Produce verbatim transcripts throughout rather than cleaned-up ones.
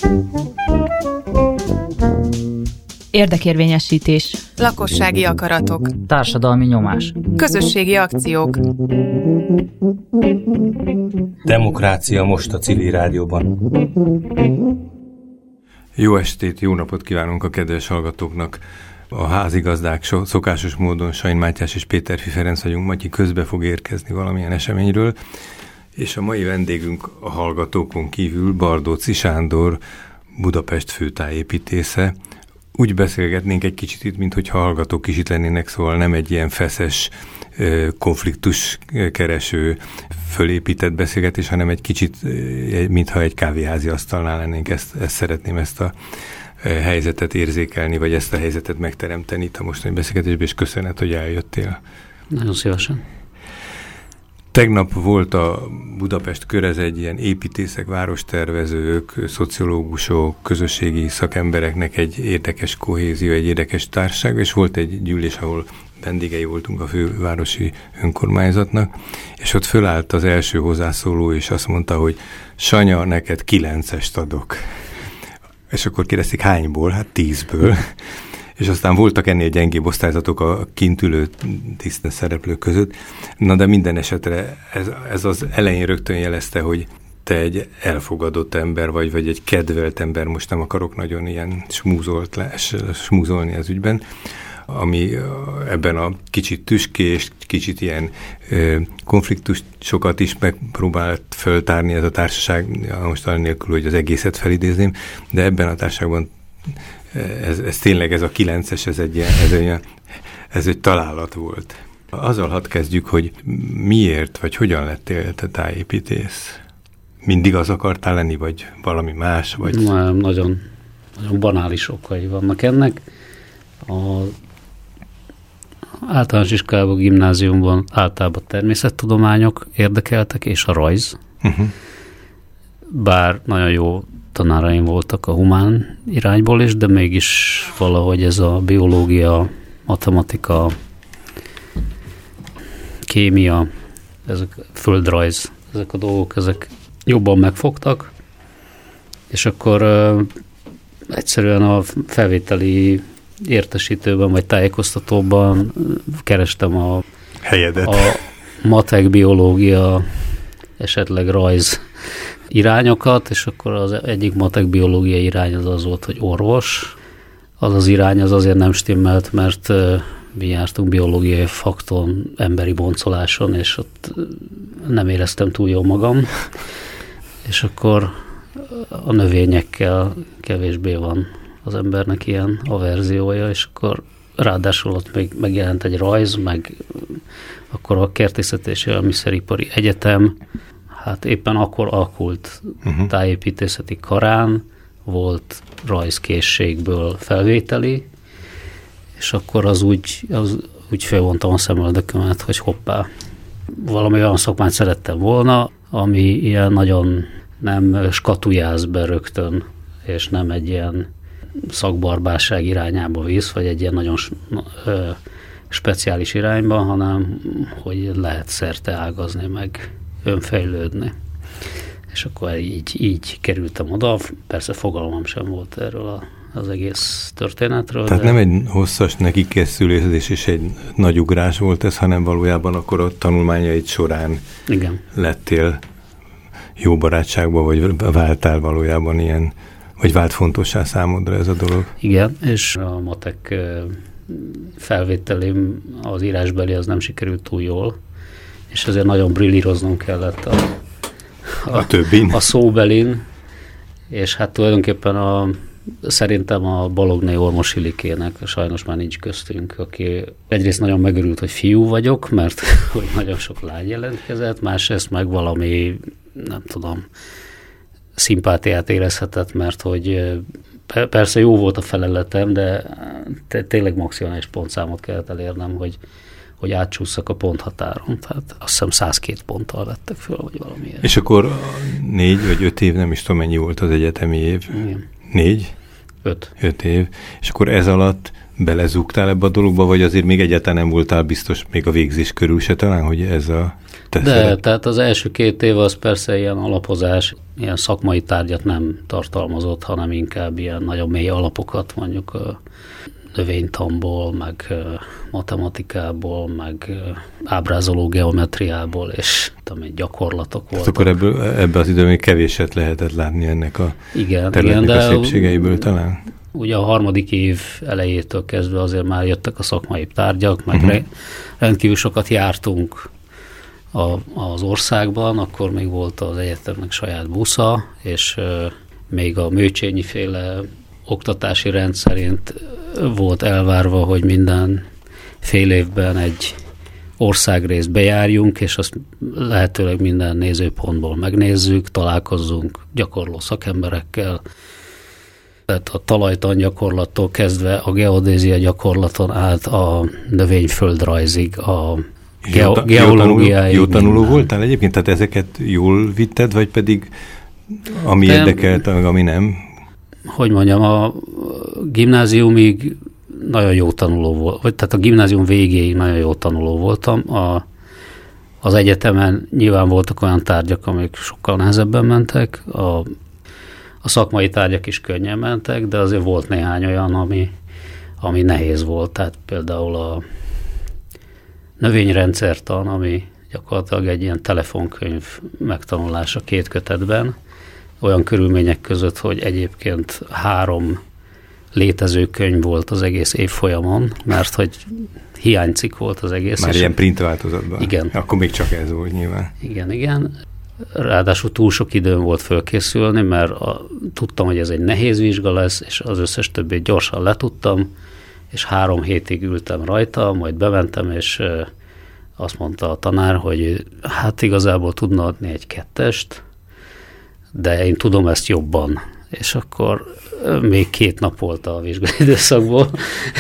Érdekérvényesítés. Lakossági akaratok. Társadalmi nyomás. Közösségi akciók. Demokrácia most a Civil Rádióban. Jó estét, jó napot kívánunk a kedves hallgatóknak. A házigazdák szokásos módon Sain Mátyás és Péterfi Ferenc vagyunk. Matyi közbe fog érkezni valamilyen eseményről, és a mai vendégünk a hallgatókon kívül Bardóczy Sándor, Budapest főtájépítésze. Úgy beszélgetnénk egy kicsit itt, minthogyha hallgatók is itt lennének, szóval nem egy ilyen feszes, konfliktus kereső, fölépített beszélgetés, hanem egy kicsit, mintha egy kávéházi asztalnál lennénk. Ezt, ezt szeretném, ezt a helyzetet érzékelni, vagy ezt a helyzetet megteremteni itt a mostani beszélgetésben, és köszönet, hogy eljöttél. Nagyon szívesen. Tegnap volt a Budapest Kör, ez egy ilyen építészek, várostervezők, szociológusok, közösségi szakembereknek egy érdekes kohézió, egy érdekes társaság, és volt egy gyűlés, ahol vendégei voltunk a fővárosi önkormányzatnak, és ott fölállt az első hozzászóló, és azt mondta, hogy Sanya, neked kilencest adok. És akkor kérdezték, hányból? Hát tízből. És aztán voltak ennél gyengébb osztályzatok a kint ülő tisztelt szereplők között. Na de minden esetre ez, ez az elején rögtön jelezte, hogy te egy elfogadott ember vagy, vagy egy kedvelt ember, most nem akarok nagyon ilyen smúzolt le, smúzolni az ügyben, ami ebben a kicsit tüskés, kicsit ilyen ö, konfliktus sokat is megpróbált föltárni ez a társaság, most annélkül, hogy az egészet felidézném, de ebben a társaságban Ez, ez tényleg ez a kilences, ez egy, ilyen, ez, egy, ez egy találat volt. Azzal hadd kezdjük, hogy miért, vagy hogyan lettél te tájépítész? Mindig az akartál lenni, vagy valami más? Vagy... Nem, nagyon, nagyon banális okai vannak ennek. A általános iskolában, gimnáziumban általában természettudományok érdekeltek, és a rajz. Uh-huh. Bár nagyon jó tanáraim voltak a humán irányból is, de mégis valahogy ez a biológia, matematika, kémia, ezek földrajz, ezek a dolgok, ezek jobban megfogtak, és akkor uh, egyszerűen a felvételi értesítőben vagy tájékoztatóban kerestem a, helyedet. A matek, biológia, esetleg rajz irányokat, és akkor az egyik matek biológiai irány az az volt, hogy orvos. Az az irány az azért nem stimmelt, mert mi jártunk biológiai fakton, emberi boncoláson, és ott nem éreztem túl jól magam. És akkor a növényekkel kevésbé van az embernek ilyen averziója, és akkor ráadásul ott még megjelent egy rajz, meg akkor a Kertészeti és Élelmiszeripari Egyetem, hát éppen akkor alakult uh-huh. tájépítészeti karán, volt rajzkészségből felvételi, és akkor az úgy, az úgy felvontam a szemöldökömet, hogy hoppá, valami olyan szakmát szerettem volna, ami ilyen nagyon nem skatujáz be rögtön, és nem egy ilyen szakbarbárság irányába visz, vagy egy ilyen nagyon ö, speciális irányba, hanem hogy lehet szerte ágazni, meg önfejlődni. És akkor így, így kerültem oda. Persze fogalmam sem volt erről a, az egész történetről. Tehát de... nem egy hosszas nekikészülés és egy nagy ugrás volt ez, hanem valójában akkor a tanulmányaid során Igen. lettél jó barátságba, vagy váltál valójában ilyen, vagy vált fontossá számodra ez a dolog? Igen, és a matek felvételém, az írásbeli az nem sikerült túl jól, és ezért nagyon brillíroznom kellett a, a, a, többin. a szóbelin, és hát tulajdonképpen a, szerintem a Balogné Ormos Ilikének, sajnos már nincs köztünk, aki egyrészt nagyon megörült, hogy fiú vagyok, mert hogy nagyon sok lány jelentkezett, másrészt meg valami, nem tudom, szimpátiát érezhetett, mert hogy persze jó volt a feleletem, de tényleg maximális pontszámot kellett elérnem, hogy hogy átcsúszszak a ponthatáron. Tehát azt hiszem száz két ponttal vettek föl, vagy valami. És akkor négy vagy öt év, nem is tudom mennyi volt az egyetemi év. Igen. Négy? Öt. Öt év. És akkor ez alatt belezúgtál ebbe a dologba, vagy azért még egyáltalán nem voltál biztos még a végzés körül se talán, hogy ez a te De, szeret? tehát az első két év az persze ilyen alapozás. ilyen szakmai tárgyat nem tartalmazott, hanem inkább ilyen nagyon mély alapokat, mondjuk a növénytanból, meg matematikából, meg ábrázoló geometriából, és tudom, gyakorlatok voltak. Hát akkor ebből, ebbe az időben még kevéset lehetett látni ennek a igen, területnek igen, a szépségeiből talán? Ugye a harmadik év elejétől kezdve azért már jöttek a szakmai tárgyak, meg uh-huh. rendkívül sokat jártunk a, az országban, akkor még volt az egyetemnek saját busza, és uh, még a Mőcsényi féle oktatási rendszerint volt elvárva, hogy minden fél évben egy országrészt bejárjunk, és azt lehetőleg minden nézőpontból megnézzük, találkozzunk gyakorló szakemberekkel, tehát a talajtan gyakorlattól kezdve a geodézia gyakorlaton át a növényföldrajzig, a ge- geológiáig. Jó tanuló minden. Voltál egyébként? Tehát ezeket jól vitted, vagy pedig ami De, érdekelt, meg ami nem? Hogy mondjam, a gimnáziumig nagyon jó tanuló volt, vagy tehát a gimnázium végéig nagyon jó tanuló voltam. A, az egyetemen nyilván voltak olyan tárgyak, amik sokkal nehezebben mentek, a, a szakmai tárgyak is könnyen mentek, de azért volt néhány olyan, ami, ami nehéz volt. Tehát például a növényrendszertan, ami gyakorlatilag egy ilyen telefonkönyv megtanulása két kötetben, olyan körülmények között, hogy egyébként három létező könyv volt az egész évfolyamon, mert hogy hiánycikk volt az egész. Már ilyen print változatban? Igen. Akkor még csak ez volt nyilván. Igen, igen. Ráadásul túl sok időm volt fölkészülni, mert a, tudtam, hogy ez egy nehéz vizsga lesz, és az összes többét gyorsan letudtam, és három hétig ültem rajta, majd bementem, és azt mondta a tanár, hogy hát igazából tudna adni egy kettest, de én tudom ezt jobban. És akkor még két nap volt a vizsgai időszakból,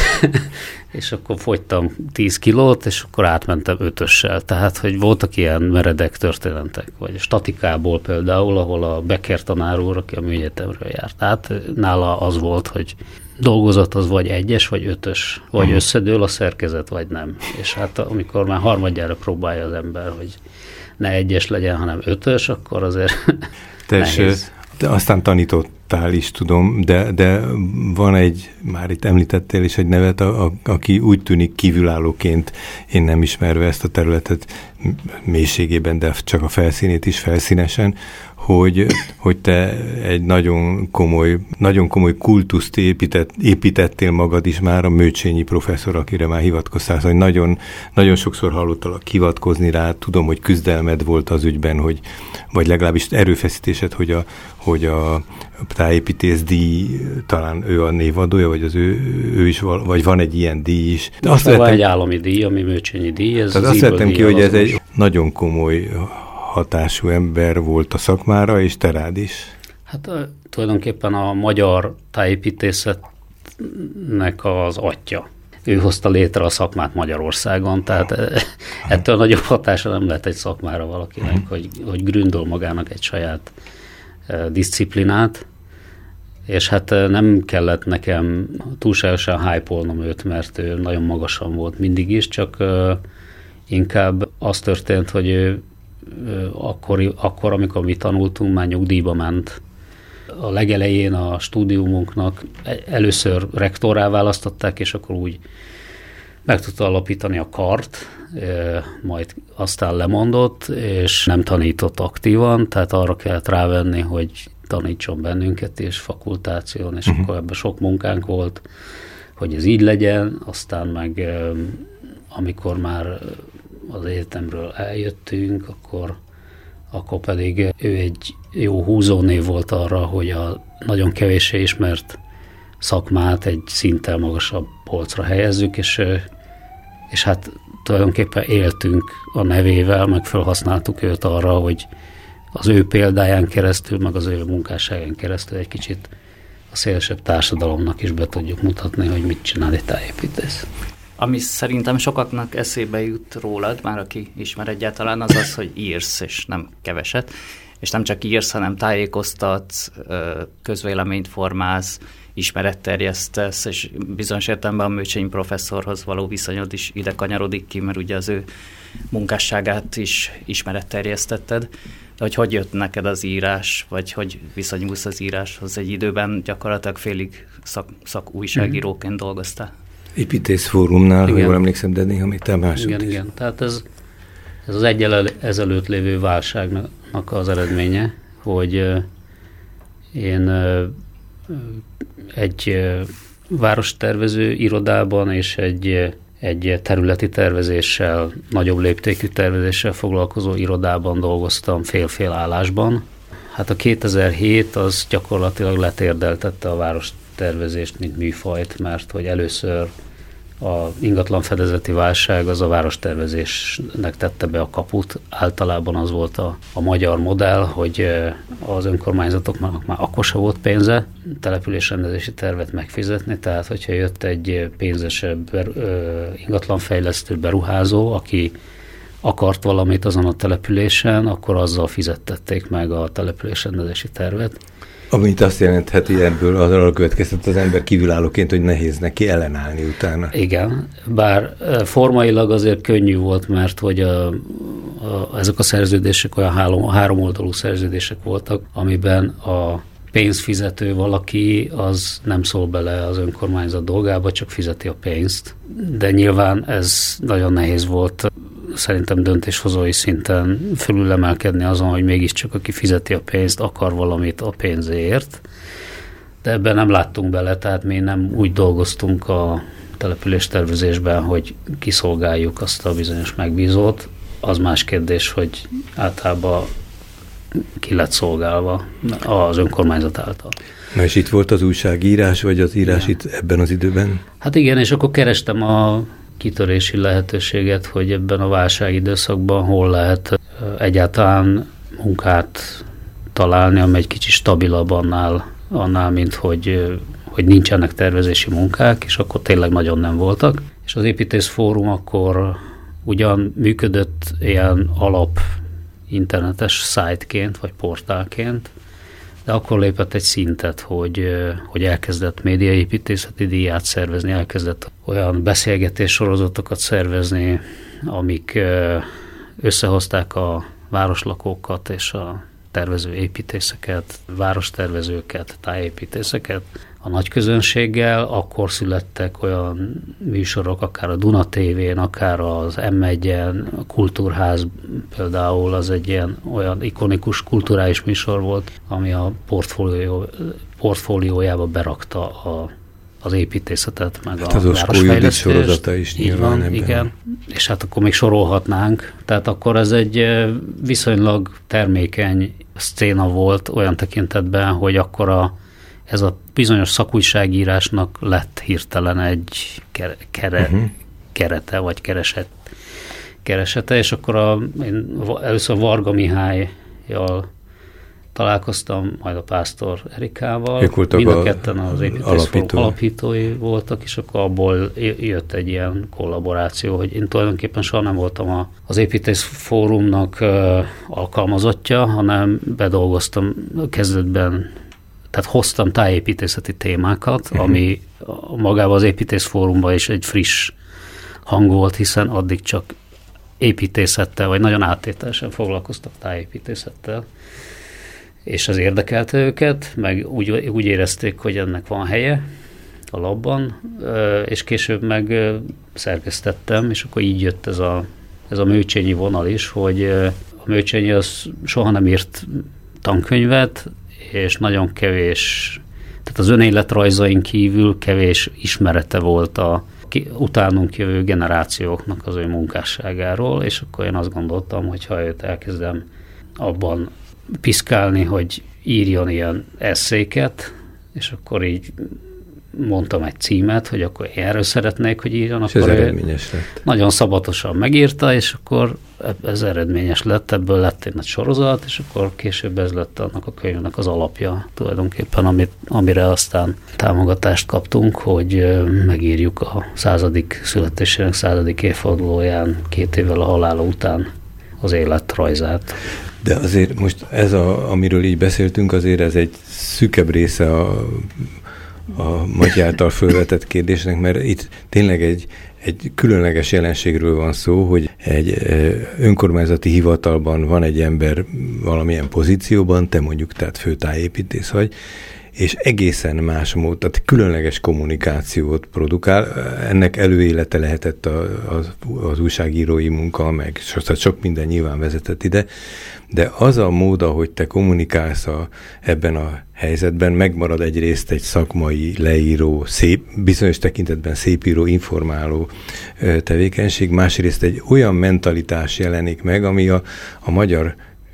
és akkor fogytam tíz kilót, és akkor átmentem ötössel. Tehát, hogy voltak ilyen meredek történetek, vagy a statikából például, ahol a Becker tanár úr, aki a műegyetemről járt át, nála az volt, hogy dolgozat az vagy egyes, vagy ötös, vagy uh-huh. összedől a szerkezet, vagy nem. És hát amikor már harmadjára próbálja az ember, hogy ne egyes legyen, hanem ötös, akkor azért nehéz. De aztán tanítottál is, tudom, de, de van egy, már itt említettél is egy nevet, a, a, aki úgy tűnik kívülállóként, én nem ismerve ezt a területet mélységében, de csak a felszínét is felszínesen, hogy, hogy te egy nagyon komoly, nagyon komoly kultuszt épített, építettél magad is már, a Mőcsényi professzor, akire már hivatkoztál, hogy nagyon, nagyon sokszor hallottalak hivatkozni rá, tudom, hogy küzdelmed volt az ügyben, hogy, vagy legalábbis erőfeszítésed, hogy a, hogy a tájépítész díj, talán ő a névadója, vagy az ő, ő is, vagy van egy ilyen díj is. De azt vettem, van egy állami díj, ami Mőcsényi díj. Ez tehát azt vettem ki, hogy ez egy nagyon komoly hatású ember volt a szakmára, és te rád is. Hát tulajdonképpen a magyar tájépítészetnek az atya. Ő hozta létre a szakmát Magyarországon, tehát ettől nagyobb hatása nem lehet egy szakmára valakinek, uh-huh. hogy, hogy gründol magának egy saját uh, disziplinát, és hát uh, nem kellett nekem túlságosan hype-olnom őt, mert ő nagyon magasan volt mindig is, csak uh, inkább az történt, hogy ő Akkor, akkor, amikor mi tanultunk, már nyugdíjba ment. A legelején a stúdiumunknak először rektorrá választották, és akkor úgy meg tudta alapítani a kart, majd aztán lemondott, és nem tanított aktívan, tehát arra kellett rávenni, hogy tanítson bennünket és fakultáción, és uh-huh. akkor ebben sok munkánk volt, hogy ez így legyen, aztán meg amikor már az egyetemről eljöttünk, akkor, akkor pedig ő egy jó húzónév volt arra, hogy a nagyon kevéssé ismert szakmát egy szinttel magasabb polcra helyezzük, és, és hát tulajdonképpen éltünk a nevével, meg felhasználtuk őt arra, hogy az ő példáján keresztül, meg az ő munkásságán keresztül egy kicsit a szélesebb társadalomnak is be tudjuk mutatni, hogy mit csinál egy tájépítész. Ami szerintem sokaknak eszébe jut rólad, már aki ismer egyáltalán, az az, hogy írsz, és nem keveset. És nem csak írsz, hanem tájékoztatsz, közvéleményt formálsz, ismeretterjesztesz, és bizonyos értelemben a Mőcsényi professzorhoz való viszonyod is ide kanyarodik ki, mert ugye az ő munkásságát is ismeretterjesztetted. hogy hogy jött neked az írás, vagy hogy viszonyulsz az íráshoz? Egy időben gyakorlatilag félig szak, szakújságíróként mm. dolgoztál. Építészfórumnál, ha jól emlékszem, de néha még te másod. Igen, igen. Tehát ez, ez az egyel ezelőtt lévő válságnak az eredménye, hogy én egy várostervező irodában és egy, egy területi tervezéssel, nagyobb léptékű tervezéssel foglalkozó irodában dolgoztam fél-fél állásban. Hát a kétezer-hét az gyakorlatilag letérdeltette a várostervezést, mint műfajt, mert hogy először a ingatlan fedezeti válság az a várostervezésnek tette be a kaput. Általában az volt a, a magyar modell, hogy az önkormányzatoknak már akkor se volt pénze településrendezési tervet megfizetni, tehát hogyha jött egy pénzesebb ingatlanfejlesztő beruházó, aki akart valamit azon a településen, akkor azzal fizettették meg a településrendezési tervet. Amit azt jelentheti ebből, arra következtet az ember kívülállóként, hogy nehéz neki ellenállni utána. Igen, bár formailag azért könnyű volt, mert hogy a, a, ezek a szerződések olyan három, háromoldalú szerződések voltak, amiben a pénzfizető valaki az nem szól bele az önkormányzat dolgába, csak fizeti a pénzt. De nyilván ez nagyon nehéz volt szerintem döntéshozói szinten fölülemelkedni azon, hogy mégiscsak aki fizeti a pénzt, akar valamit a pénzéért. De ebben nem láttunk bele, tehát mi nem úgy dolgoztunk a településtervezésben, hogy kiszolgáljuk azt a bizonyos megbízót. Az más kérdés, hogy általában ki lett szolgálva az önkormányzat által. Na és itt volt az újságírás, vagy az írás igen. Itt ebben az időben? Hát igen, és akkor kerestem a kitörési lehetőséget, hogy ebben a válságidőszakban hol lehet egyáltalán munkát találni, amely egy kicsit stabilabb annál, annál mint hogy, hogy nincsenek tervezési munkák, és akkor tényleg nagyon nem voltak. És az Építészfórum akkor ugyan működött ilyen alap internetes szájtként, vagy portálként, de akkor lépett egy szintet, hogy, hogy elkezdett médiaépítészeti díját szervezni, elkezdett olyan beszélgetés sorozatokat szervezni, amik összehozták a városlakókat és a tervező építészeket, várostervezőket, tájépítészeket a nagy közönséggel. Akkor születtek olyan műsorok, akár a Duna té vén, akár az em egyen, a Kultúrház például az egy ilyen olyan ikonikus kulturális műsor volt, ami a portfólió, portfóliójába berakta a, az építészetet, meg hát a városfejlesztést. Sorozata is nyilván van, igen. És hát akkor még sorolhatnánk. Tehát akkor ez egy viszonylag termékeny szcéna volt olyan tekintetben, hogy akkor a ez a bizonyos szakújságírásnak lett hirtelen egy kere, kere, uh-huh. kerete, vagy kereset, keresete, és akkor a, én először Varga Mihályjal találkoztam, majd a Pásztor Erikával. Mind a ketten az Építészfórum alapítói voltak, és akkor abból jött egy ilyen kollaboráció, hogy én tulajdonképpen soha nem voltam az Építészfórumnak alkalmazottja, hanem bedolgoztam kezdetben. Tehát hoztam tájépítészeti témákat, uh-huh. ami magában az Építészfórumban is egy friss hang volt, hiszen addig csak építészettel, vagy nagyon áttételesen foglalkoztak tájépítészettel, és ez érdekelte őket, meg úgy, úgy érezték, hogy ennek van helye a labban, és később meg szerkesztettem, és akkor így jött ez a, ez a Mőcsényi vonal is, hogy a Mőcsényi az soha nem írt tankönyvet, és nagyon kevés, tehát az önéletrajzain kívül kevés ismerete volt a utánunk jövő generációknak az ő munkásságáról, és akkor én azt gondoltam, hogy ha őt elkezdem abban piszkálni, hogy írjon ilyen esszéket, és akkor így mondtam egy címet, hogy akkor erről szeretnék, hogy írjon. És akkor ez eredményes lett. Nagyon szabatosan megírta, és akkor ez eredményes lett, ebből lett egy nagy sorozat, és akkor később ez lett annak a könyvnek az alapja tulajdonképpen, amit, amire aztán támogatást kaptunk, hogy megírjuk a századik születésének századik évfordulóján, két évvel a halála után az életrajzát. De azért most ez, a, amiről így beszéltünk, azért ez egy szűkebb része a a Matyi által felvetett kérdésnek, mert itt tényleg egy, egy különleges jelenségről van szó, hogy egy önkormányzati hivatalban van egy ember valamilyen pozícióban, te mondjuk tehát főtájépítész vagy, és egészen más mód, tehát különleges kommunikációt produkál. Ennek előélete lehetett a, az, az újságírói munka, meg sok minden nyilván vezetett ide, de az a mód, ahogy te kommunikálsz a, ebben a helyzetben, megmarad egyrészt egy szakmai, leíró, szép, bizonyos tekintetben szépíró, informáló tevékenység, másrészt egy olyan mentalitás jelenik meg, ami a, a magyar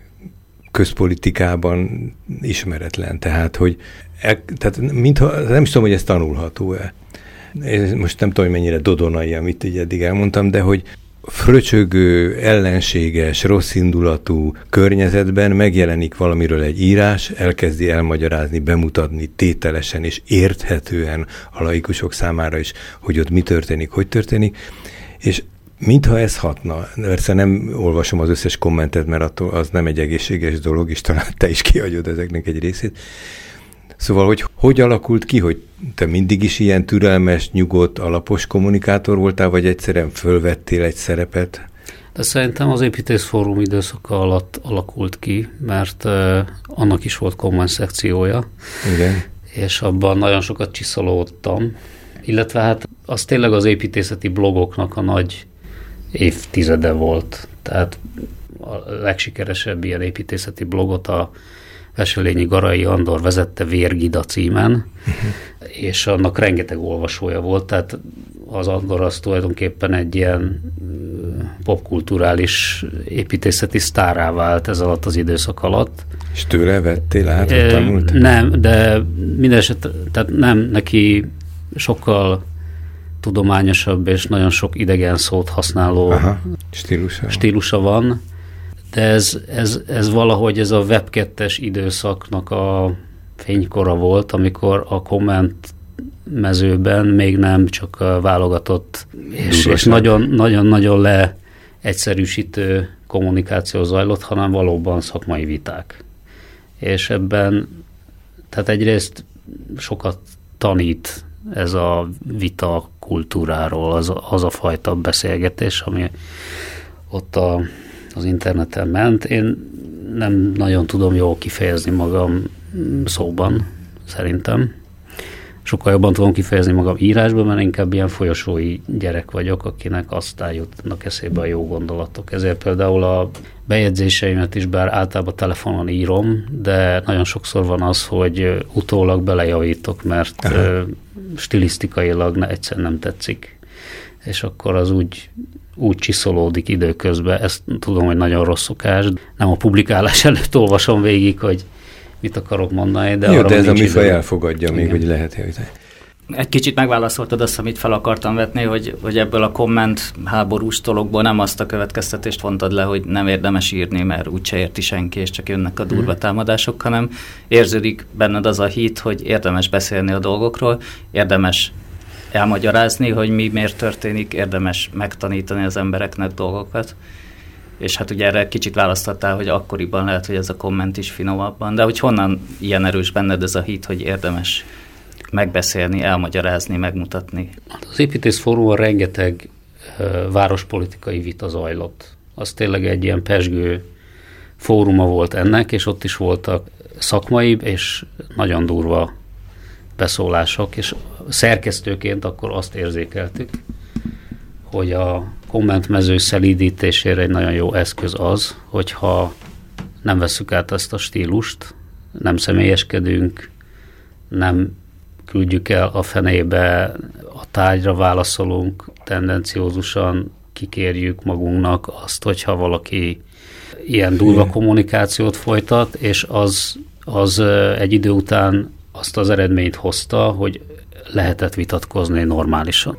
közpolitikában ismeretlen. Tehát, hogy el, tehát mintha, nem is tudom, hogy ez tanulható-e. Én most nem tudom, hogy mennyire dodonai, amit így eddig elmondtam, de hogy fröcsögő, ellenséges, rosszindulatú környezetben megjelenik valamiről egy írás, elkezdi elmagyarázni, bemutatni tételesen és érthetően a laikusok számára is, hogy ott mi történik, hogy történik, és mintha ez hatna. Persze nem olvasom az összes kommentet, mert attól az nem egy egészséges dolog, és talán te is kihagyod ezeknek egy részét. Szóval, hogy hogy alakult ki, hogy te mindig is ilyen türelmes, nyugodt, alapos kommunikátor voltál, vagy egyszerűen fölvettél egy szerepet? De szerintem az építészfórum időszaka alatt alakult ki, mert uh, annak is volt komment szekciója. Igen. És abban nagyon sokat csiszolódtam, illetve hát az tényleg az építészeti blogoknak a nagy évtizede volt. Tehát a legsikeresebb ilyen építészeti blogot a Veselényi Garai Andor vezette Vérgida címen, uh-huh. és annak rengeteg olvasója volt, tehát az Andor az tulajdonképpen egy ilyen popkulturális építészeti sztárrá vált ez alatt az időszak alatt. És tőle vettél át, hogy tanult? Nem, de mindeset, tehát nem, neki sokkal tudományosabb és nagyon sok idegen szót használó Aha, stílusa. stílusa van, de ez, ez, ez valahogy ez a web kettes időszaknak a fénykora volt, amikor a komment mezőben még nem csak válogatott és, és nagyon-nagyon leegyszerűsítő kommunikáció zajlott, hanem valóban szakmai viták. És ebben, tehát egyrészt sokat tanít ez a vita kultúráról, az, az a fajta beszélgetés, ami ott a, az interneten ment. Én nem nagyon tudom jól kifejezni magam szóban, szerintem. Sokkal jobban tudom kifejezni magam írásban, mert inkább ilyen folyosói gyerek vagyok, akinek aztán jutnak eszébe a jó gondolatok. Ezért például a bejegyzéseimet is, bár általában telefonon írom, de nagyon sokszor van az, hogy utólag belejavítok, mert Aha. stilisztikailag ne, egyszer nem tetszik. És akkor az úgy, úgy csiszolódik időközben. Ezt tudom, hogy nagyon rossz szokás. Nem a publikálás előtt olvasom végig, hogy mit akarok mondani, de Jó, arra de ez a műfaj idő. elfogadja még, hogy lehet javítani. Egy kicsit megválaszoltad azt, amit fel akartam vetni, hogy, hogy ebből a komment háborús dologból nem azt a következtetést vontad le, hogy nem érdemes írni, mert úgyse érti senki, és csak jönnek a durva támadások, hanem érződik benned az a hit, hogy érdemes beszélni a dolgokról, érdemes elmagyarázni, hogy mi miért történik, érdemes megtanítani az embereknek dolgokat. És hát ugye erre kicsit választottál, hogy akkoriban lehet, hogy ez a komment is finomabban, de hogy honnan ilyen erős benned ez a hit, hogy érdemes megbeszélni, elmagyarázni, megmutatni? Az építészfórumon rengeteg uh, várospolitikai vita zajlott. Az tényleg egy ilyen pezsgő fóruma volt ennek, és ott is voltak szakmai és nagyon durva beszólások, és szerkesztőként akkor azt érzékeltük, hogy a kommentmező szelídítésére egy nagyon jó eszköz az, hogyha nem vesszük át ezt a stílust, nem személyeskedünk, nem küldjük el a fenébe, a tárgyra válaszolunk, tendenciózusan kikérjük magunknak azt, hogyha valaki ilyen durva kommunikációt folytat, és az, az egy idő után azt az eredményt hozta, hogy lehetett vitatkozni normálisan.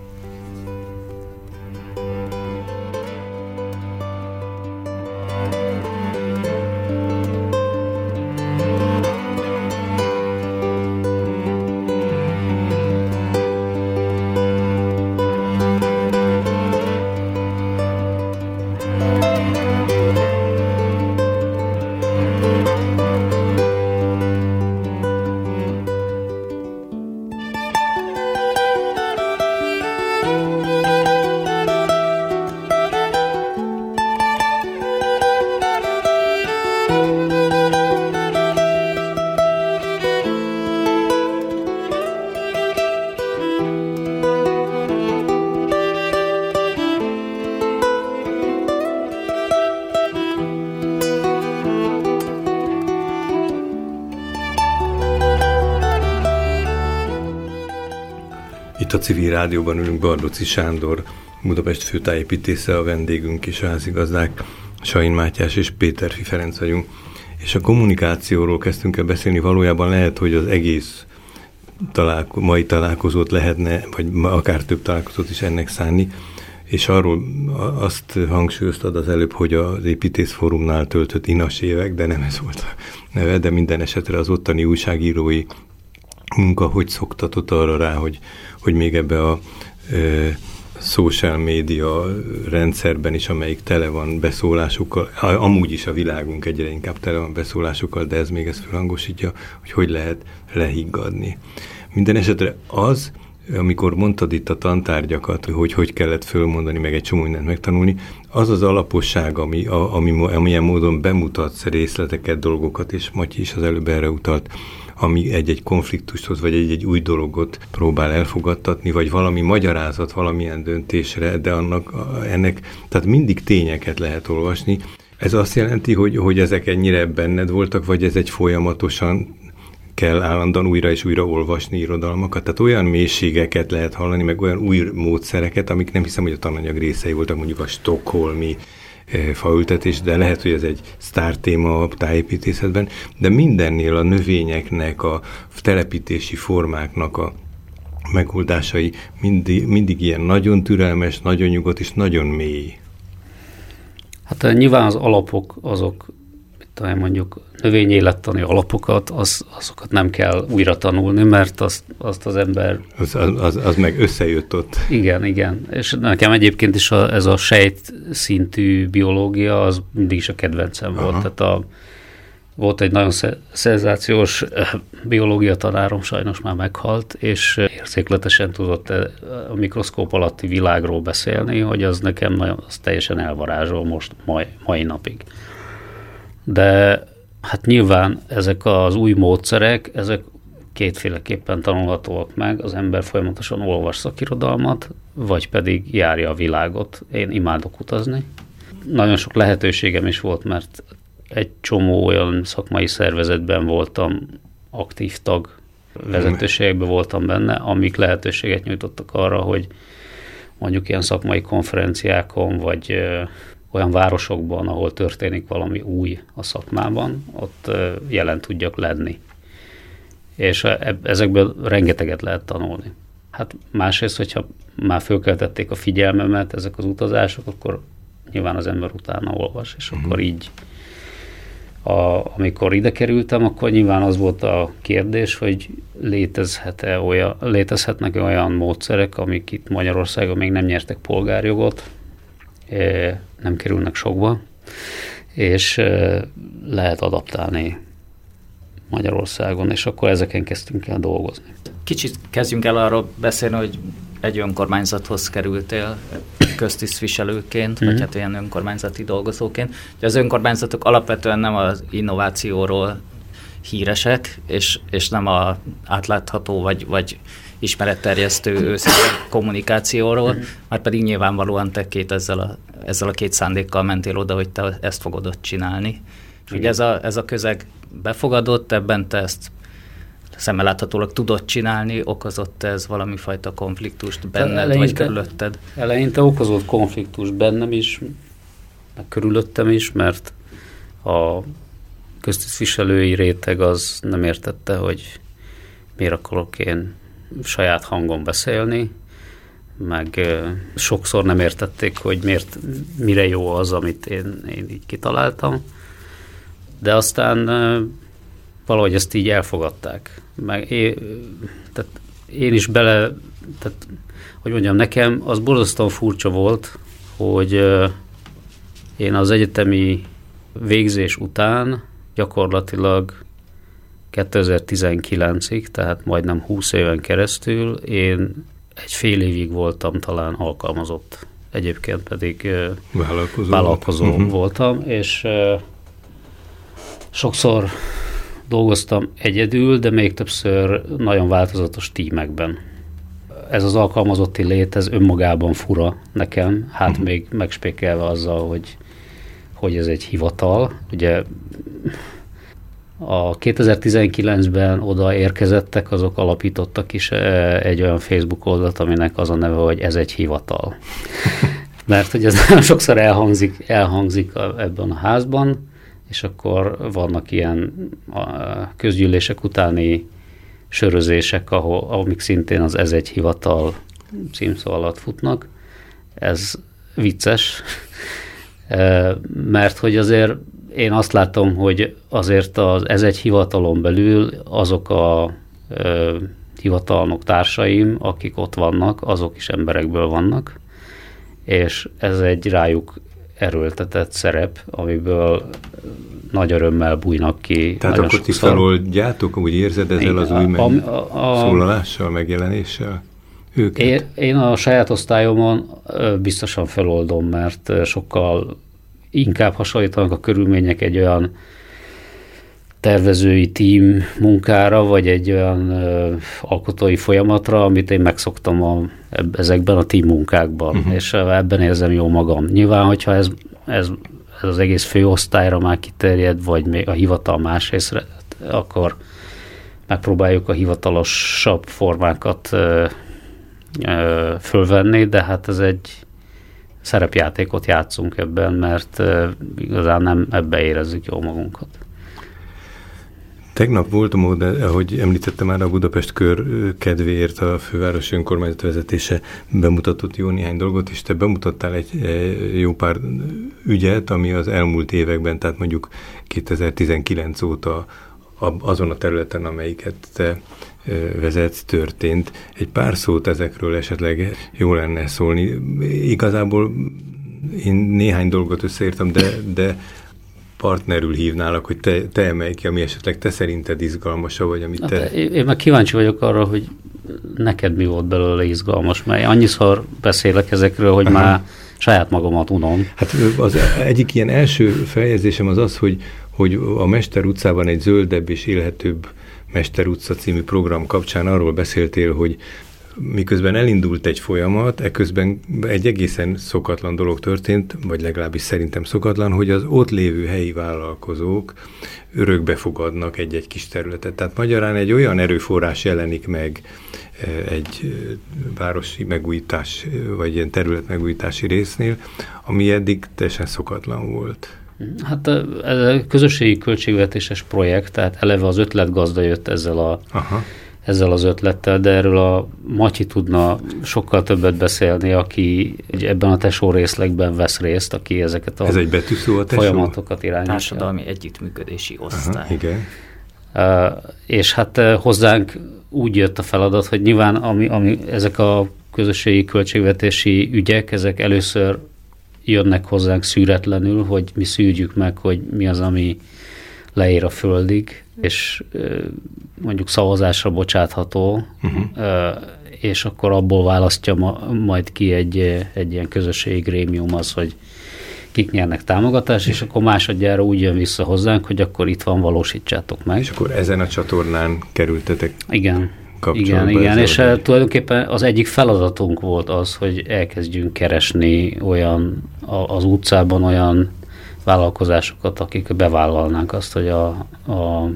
Itt a Civil Rádióban ülünk, Bardoczy Sándor, Budapest főtájépítésze, a vendégünk és a házigazdák, Sain Mátyás és Péterfi Ferenc vagyunk. És a kommunikációról kezdtünk el beszélni, valójában lehet, hogy az egész találko- mai találkozót lehetne, vagy akár több találkozót is ennek szánni, és arról azt hangsúlyoztad az előbb, hogy az Építészfórumnál töltött inas évek, de nem ez volt a neve, de minden esetre az ottani újságírói munka hogy szoktatott arra rá, hogy, hogy még ebbe a e, social media rendszerben is, amelyik tele van beszólásokkal, amúgy is a világunk egyre inkább tele van beszólásokkal, de ez még ezt felhangosítja, hogy hogy lehet lehiggadni. Minden esetre az, amikor mondtad itt a tantárgyakat, hogy hogy kellett fölmondani, meg egy csomó mindent megtanulni, az az alaposság, ami, ami, amilyen módon bemutatsz részleteket, dolgokat, és Matyi is az előbb erre utalt, ami egy-egy konfliktushoz, vagy egy-egy új dologot próbál elfogadtatni, vagy valami magyarázat valamilyen döntésre, de annak, ennek, tehát mindig tényeket lehet olvasni. Ez azt jelenti, hogy, hogy ezek ennyire benned voltak, vagy ez egy folyamatosan kell állandóan újra és újra olvasni irodalmakat. Tehát olyan mélységeket lehet hallani, meg olyan új módszereket, amik nem hiszem, hogy a tananyag részei voltak, mondjuk a stockholmi e, faültetés, de lehet, hogy ez egy sztártéma a tájépítészetben, de mindennél a növényeknek, a telepítési formáknak a megoldásai mindig, mindig ilyen nagyon türelmes, nagyon nyugodt és nagyon mély. Hát nyilván az alapok azok, talán mondjuk növényélettani alapokat, az, azokat nem kell újra tanulni, mert azt, azt az ember... Az, az, az meg összejött ott. Igen, igen. És nekem egyébként is a, ez a sejt szintű biológia, az mindig is a kedvencem volt. Tehát a, volt egy nagyon szenzációs biológia tanárom, sajnos már meghalt, és érzékletesen tudott a mikroszkóp alatti világról beszélni, hogy az nekem nagyon, az teljesen elvarázsol most mai, mai napig. De hát nyilván ezek az új módszerek, ezek kétféleképpen tanulhatóak meg. Az ember folyamatosan olvas szakirodalmat, vagy pedig járja a világot. Én imádok utazni. Nagyon sok lehetőségem is volt, mert egy csomó olyan szakmai szervezetben voltam, aktív tag, vezetőségekben voltam benne, amik lehetőséget nyújtottak arra, hogy mondjuk ilyen szakmai konferenciákon, vagy olyan városokban, ahol történik valami új a szakmában, ott jelen tudjak lenni. És ezekből rengeteget lehet tanulni. Hát másrészt, hogyha már fölkeltették a figyelmemet ezek az utazások, akkor nyilván az ember utána olvas, és uh-huh. akkor így, a, amikor ide kerültem, akkor nyilván az volt a kérdés, hogy létezhet-e olyan, létezhetnek olyan módszerek, amik itt Magyarországon még nem nyertek polgárjogot, nem kerülnek sokba, és lehet adaptálni Magyarországon, és akkor ezeken kezdtünk el dolgozni. Kicsit kezdjünk el arról beszélni, hogy egy önkormányzathoz kerültél köztisztviselőként, mm-hmm. vagy hát olyan önkormányzati dolgozóként. Az önkormányzatok alapvetően nem az innovációról híresek, és, és nem az átlátható vagy, vagy ismeretterjesztő őszinte kommunikációról, mm-hmm. már pedig nyilvánvalóan te két ezzel a, ezzel a két szándékkal mentél oda, hogy te ezt fogod ott csinálni. És ugye ez a, ez a közeg befogadott, ebben te ezt szemmel láthatólag tudod csinálni, okozott ez valami fajta konfliktust benned, eleinte, vagy körülötted? Eleinte okozott konfliktus bennem is, meg körülöttem is, mert a köztisztviselői réteg az nem értette, hogy miért akarok én saját hangon beszélni, meg sokszor nem értették, hogy miért, mire jó az, amit én, én így kitaláltam, de aztán valahogy ezt így elfogadták. Meg én, tehát én is bele, tehát, hogy mondjam, nekem az borzasztóan furcsa volt, hogy én az egyetemi végzés után gyakorlatilag kétezer-tizenkilencig, tehát majdnem húsz éven keresztül én egy fél évig voltam talán alkalmazott. Egyébként pedig vállalkozó, vállalkozó uh-huh. voltam, és sokszor dolgoztam egyedül, de még többször nagyon változatos tímekben. Ez az alkalmazotti lét, ez önmagában fura nekem, hát uh-huh. még megspékelve azzal, hogy, hogy ez egy hivatal. Ugye A kétezer-tizenkilencben oda érkezettek, azok alapítottak is egy olyan Facebook oldalt, aminek az a neve, hogy ez egy hivatal. Mert hogy ez nagyon sokszor elhangzik, elhangzik a, ebben a házban, és akkor vannak ilyen közgyűlések utáni sörözések, ahol, amik szintén az ez egy hivatal címszó alatt futnak. Ez vicces, mert hogy azért én azt látom, hogy azért az ez egy hivatalon belül azok a ö, hivatalnok társaim, akik ott vannak, azok is emberekből vannak, és ez egy rájuk erőltetett szerep, amiből nagy örömmel bújnak ki. Tehát akkor ti feloldjátok, úgy érzed ezzel az új megszólalással, megjelenéssel őket? Én, én a saját osztályomon biztosan feloldom, mert sokkal inkább hasonlítanak a körülmények egy olyan tervezői tím munkára, vagy egy olyan ö, alkotói folyamatra, amit én megszoktam a, ezekben a tím munkákban, uh-huh. és ebben érzem jól magam. Nyilván, hogyha ez, ez, ez az egész főosztályra már kiterjed, vagy még a hivatal más részre, akkor megpróbáljuk a hivatalosabb formákat ö, ö, fölvenni, de hát ez egy szerepjátékot játszunk ebben, mert ö, igazán nem ebbe érezzük jól magunkat. Tegnap voltam, de ahogy említettem már, a Budapest kör kedvéért a főváros önkormányzat vezetése bemutatott jó néhány dolgot, és te bemutattál egy jó pár ügyet, ami az elmúlt években, tehát mondjuk kétezer-tizenkilenc óta azon a területen, amelyiket te vezetsz, történt. Egy pár szót ezekről esetleg jó lenne szólni. Igazából én néhány dolgot összeírtam, de, de partnerül hívnálak, hogy te, te emelj ki, ami esetleg te szerinted izgalmasabb, vagy amit te... Hát, én meg kíváncsi vagyok arra, hogy neked mi volt belőle izgalmas, mert annyiszor beszélek ezekről, hogy Aha. már saját magamat unom. Hát az egyik ilyen első feljegyzésem az az, hogy, hogy a Mester utcában egy zöldebb és élhetőbb Mester utca című program kapcsán arról beszéltél, hogy miközben elindult egy folyamat, eközben egy egészen szokatlan dolog történt, vagy legalábbis szerintem szokatlan, hogy az ott lévő helyi vállalkozók örökbe fogadnak egy-egy kis területet. Tehát magyarán egy olyan erőforrás jelenik meg egy városi megújítás, vagy ilyen terület megújítási résznél, ami eddig teljesen szokatlan volt. Hát ez a közösségi költségvetéses projekt, tehát eleve az ötletgazda jött ezzel a Aha. ezzel az ötlettel, de erről a Matyi tudna sokkal többet beszélni, aki ebben a tesó részlegben vesz részt, aki ezeket a, Ez egy betűszó a tesó? Folyamatokat irányítja. Társadalmi együttműködési osztály. Aha, igen. Uh, és hát uh, hozzánk úgy jött a feladat, hogy nyilván ami, ami, ezek a közösségi költségvetési ügyek, ezek először jönnek hozzánk szűretlenül, hogy mi szűrjük meg, hogy mi az, ami leér a földig, és mondjuk szavazásra bocsátható, uh-huh. és akkor abból választja ma, majd ki egy, egy ilyen közösségi grémium az, hogy kik nyernek támogatást, és akkor másodjára úgy jön vissza hozzánk, hogy akkor itt van, valósítsátok meg. És akkor ezen a csatornán kerültetek Igen, igen, igen, és egy... tulajdonképpen az egyik feladatunk volt az, hogy elkezdjünk keresni olyan az utcában olyan vállalkozásokat, akik bevállalnák azt, hogy a, a,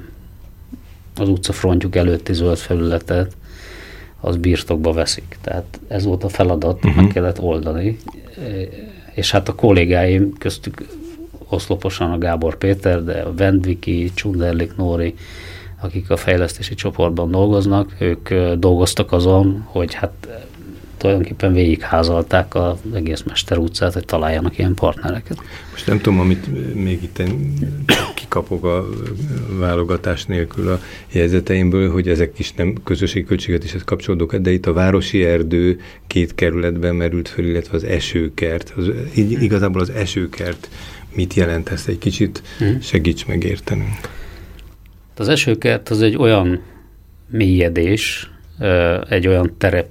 az utcafrontjuk előtti zöld felületet az birtokba veszik. Tehát ez volt a feladat, uh-huh. meg kellett oldani. És hát a kollégáim, köztük oszloposan a Gábor Péter, de a Vendviki, Csunderlik Nóri, akik a fejlesztési csoportban dolgoznak, ők dolgoztak azon, hogy hát tulajdonképpen végigházalták az egész Mester utcát, hogy találjanak ilyen partnereket. Most nem tudom, amit még itt kikapok a válogatás nélkül a jegyzeteimből, hogy ezek is nem közösségi költségvetéshez kapcsolódók, de itt a városi erdő két kerületben merült föl, illetve az esőkert. Az, igazából az esőkert mit jelent, ezt egy kicsit segíts megértenünk. Az esőkert az egy olyan mélyedés, egy olyan terep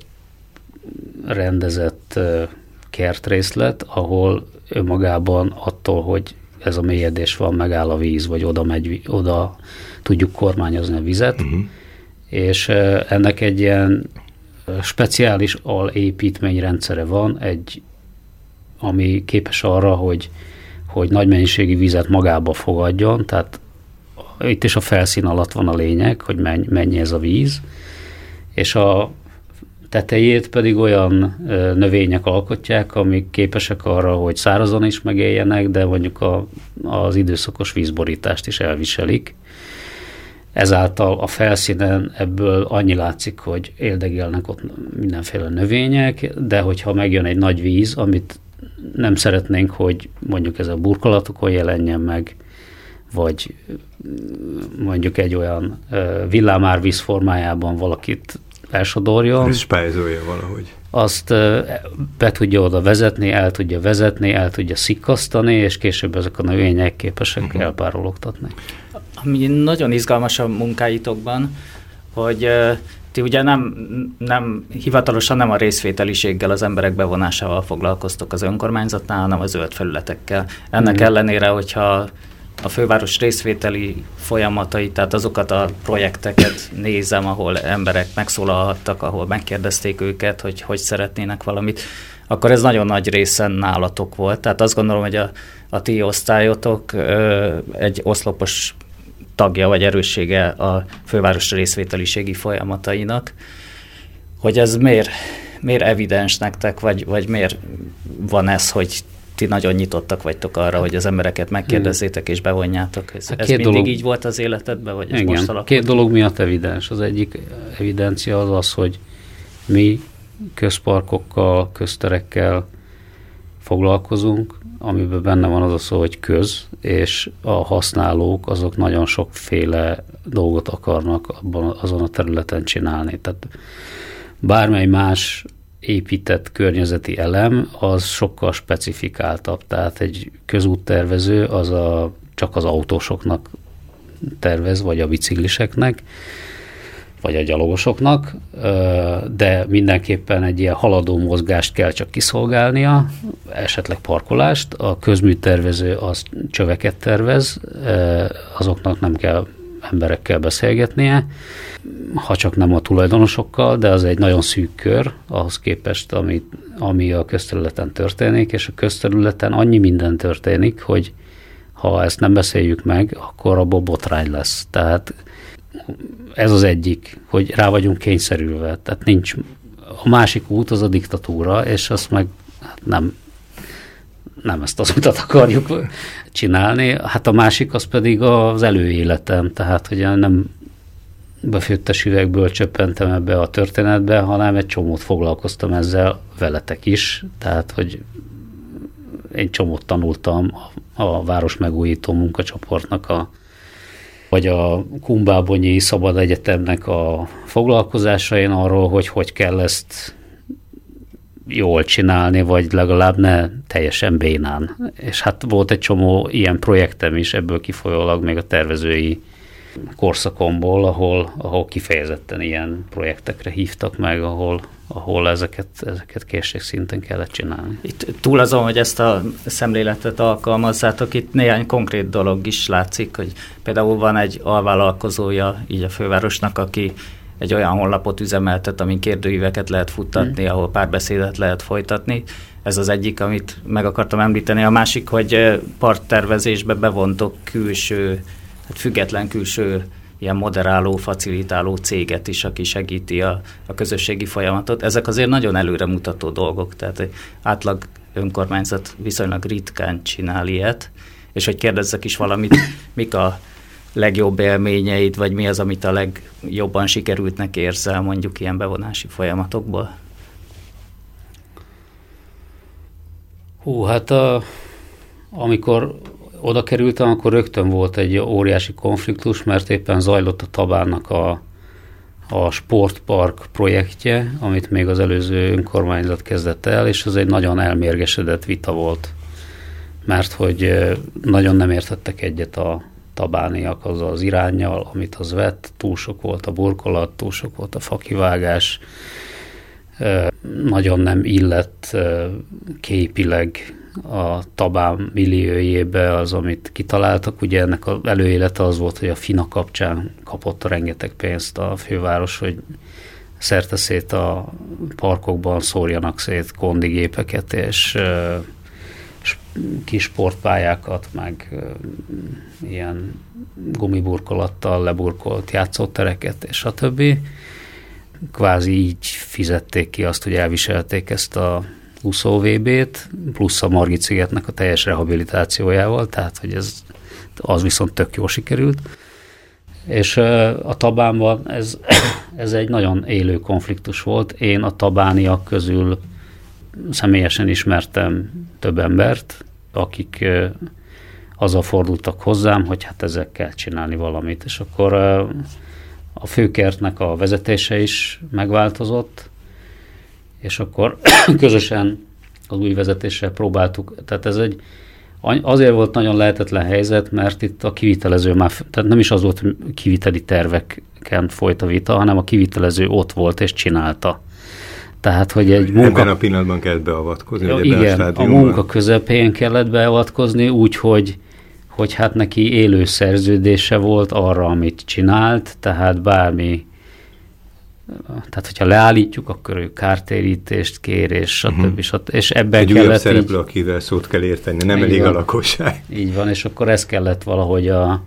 rendezett kertrészlet, ahol önmagában attól, hogy ez a mélyedés van, megáll a víz, vagy oda, megy, oda tudjuk kormányozni a vizet, uh-huh. és ennek egy ilyen speciális alépítményrendszere van, egy, ami képes arra, hogy, hogy nagy mennyiségű vizet magába fogadjon, tehát itt is a felszín alatt van a lényeg, hogy mennyi ez a víz, és a tetejét pedig olyan növények alkotják, amik képesek arra, hogy szárazon is megéljenek, de mondjuk a, az időszakos vízborítást is elviselik. Ezáltal a felszínen ebből annyi látszik, hogy éldegelnek ott mindenféle növények, de hogyha megjön egy nagy víz, amit nem szeretnénk, hogy mondjuk ez a burkolatokon jelenjen meg, vagy mondjuk egy olyan villámárvíz formájában valakit elsodorjon. Ez spájzolja valahogy. Azt be tudja oda vezetni, el tudja vezetni, el tudja szikkasztani, és később ezek a növények képesek uh-huh. elpárologtatni. Ami nagyon izgalmas a munkáitokban, hogy ti ugye nem, nem hivatalosan nem a részvételiséggel, az emberek bevonásával foglalkoztok az önkormányzatnál, hanem a zöld felületekkel. Ennek uh-huh. ellenére, hogyha a főváros részvételi folyamatai, tehát azokat a projekteket nézem, ahol emberek megszólalhattak, ahol megkérdezték őket, hogy hogy szeretnének valamit, akkor ez nagyon nagy részen nálatok volt. Tehát azt gondolom, hogy a, a ti osztályotok ö, egy oszlopos tagja vagy erőssége a főváros részvételiségi folyamatainak, hogy ez miért, miért evidens nektek, vagy, vagy miért van ez, hogy ti nagyon nyitottak vagytok arra, hogy az embereket megkérdezzétek és bevonjátok. Ez, ez mindig dolog, így volt az életedben, vagy ez igen, most alakult? Két dolog miatt evidens. Az egyik evidencia az az, hogy mi közparkokkal, közterekkel foglalkozunk, amiben benne van az a szó, hogy köz, és a használók azok nagyon sokféle dolgot akarnak abban, azon a területen csinálni. Tehát bármely más épített környezeti elem, az sokkal specifikáltabb. Tehát egy közúttervező az a, csak az autósoknak tervez, vagy a bicikliseknek, vagy a gyalogosoknak, de mindenképpen egy ilyen haladó mozgást kell csak kiszolgálnia, esetleg parkolást. A közműtervező az csöveket tervez, azoknak nem kell emberekkel beszélgetnie, ha csak nem a tulajdonosokkal, de az egy nagyon szűk kör ahhoz képest, ami, ami a közterületen történik, és a közterületen annyi minden történik, hogy ha ezt nem beszéljük meg, akkor abból botrány lesz. Tehát ez az egyik, hogy rá vagyunk kényszerülve. Tehát nincs, a másik út az a diktatúra, és azt meg hát nem, nem ezt az utat akarjuk csinálni. Hát a másik az pedig az előéletem, tehát hogy nem befőttes üvegből csöppentem ebbe a történetbe, hanem egy csomót foglalkoztam ezzel veletek is, tehát hogy egy csomót tanultam a, a Városmegújító munkacsoportnak a vagy a Kumbábonyi Szabad Egyetemnek a foglalkozásain arról, hogy hogy kell ezt jól csinálni, vagy legalább ne teljesen bénán. És hát volt egy csomó ilyen projektem is, ebből kifolyólag még a tervezői korszakomból, ahol, ahol kifejezetten ilyen projektekre hívtak meg, ahol, ahol ezeket, ezeket készségszinten kellett csinálni. Itt túl azon, hogy ezt a szemléletet alkalmazzátok, itt néhány konkrét dolog is látszik, hogy például van egy alvállalkozója így a fővárosnak, aki egy olyan honlapot üzemeltet, amin kérdőíveket lehet futtatni, hmm. ahol párbeszédet lehet folytatni. Ez az egyik, amit meg akartam említeni. A másik, hogy parktervezésbe bevontok külső, hát független külső ilyen moderáló, facilitáló céget is, aki segíti a, a közösségi folyamatot. Ezek azért nagyon előremutató dolgok, tehát egy átlag önkormányzat viszonylag ritkán csinál ilyet, és hogy kérdezzek is valamit, mik a legjobb élményeid, vagy mi az, amit a legjobban sikerültnek érzel mondjuk ilyen bevonási folyamatokból? Hú, hát a, amikor oda kerültem, akkor rögtön volt egy óriási konfliktus, mert éppen zajlott a Tabánnak a, a sportpark projektje, amit még az előző önkormányzat kezdett el, és ez egy nagyon elmérgesedett vita volt, mert hogy nagyon nem értettek egyet a tabániak azzal az iránnyal, amit az vett, túl sok volt a burkolat, túl sok volt a fakivágás, nagyon nem illett képileg a Tabán milliójébe az, amit kitaláltak. Ugye ennek az előélete az volt, hogy a Fina kapcsán kapott a rengeteg pénzt a főváros, hogy szerteszét a parkokban szórjanak szét kondigépeket, és, és kis sportpályákat, meg ilyen gumiburkolattal leburkolt játszótereket, és a többi. Kvázi így fizették ki azt, hogy elviselték ezt a úszó vé bét, plusz a Margit szigetnek a teljes rehabilitációjával, tehát hogy ez az viszont tök jól sikerült. És a Tabánban ez, ez egy nagyon élő konfliktus volt. Én a tabániak közül személyesen ismertem több embert, akik azzal fordultak hozzám, hogy hát ezzel kell csinálni valamit. És akkor a főkertnek a vezetése is megváltozott, és akkor közösen az új vezetéssel próbáltuk. Tehát ez egy azért volt nagyon lehetetlen helyzet, mert itt a kivitelező már, tehát nem is az volt, hogy kiviteli terveken folyt a vita, hanem a kivitelező ott volt és csinálta. Tehát, hogy egy munka... Ebben a pillanatban kellett beavatkozni. Ja, igen, a, a munka közepén kellett beavatkozni, úgyhogy hogy hát neki élő szerződése volt arra, amit csinált, tehát bármi, tehát hogyha leállítjuk, akkor ő kártérítést kér, és stb. Uh-huh. stb. És ebben egy kellett egy szereplő, így, akivel szót kell érteni, nem elég van, a lakosság. Így van, és akkor ezt kellett valahogy, a,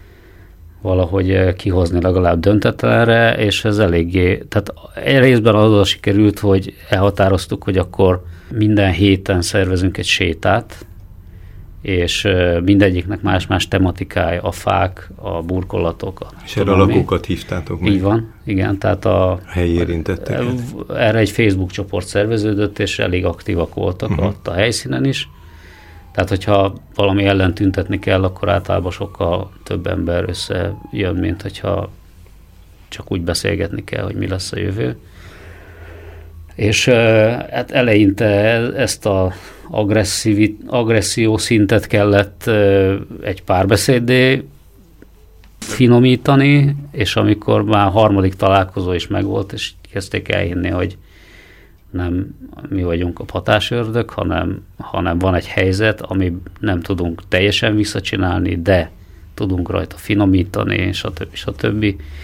valahogy kihozni legalább döntetlenre, és ez eléggé, tehát részben az sikerült, hogy elhatároztuk, hogy akkor minden héten szervezünk egy sétát, és mindegyiknek más-más tematikája, a fák, a burkolatok. A és erre a lakókat hívtátok meg? Így van, igen. Tehát a, a helyi érintetteket? Erre egy Facebook csoport szerveződött, és elég aktívak voltak uh-huh. ott a helyszínen is. Tehát, hogyha valami ellen tüntetni kell, akkor általában sokkal több ember összejön, mint hogyha csak úgy beszélgetni kell, hogy mi lesz a jövő. És hát eleinte ezt a agresszió szintet kellett egy párbeszéddé finomítani, és amikor már harmadik találkozó is megvolt, és kezdték elhinni, hogy nem mi vagyunk a hatásördök, hanem, hanem van egy helyzet, ami nem tudunk teljesen visszacsinálni, de tudunk rajta finomítani, stb. stb.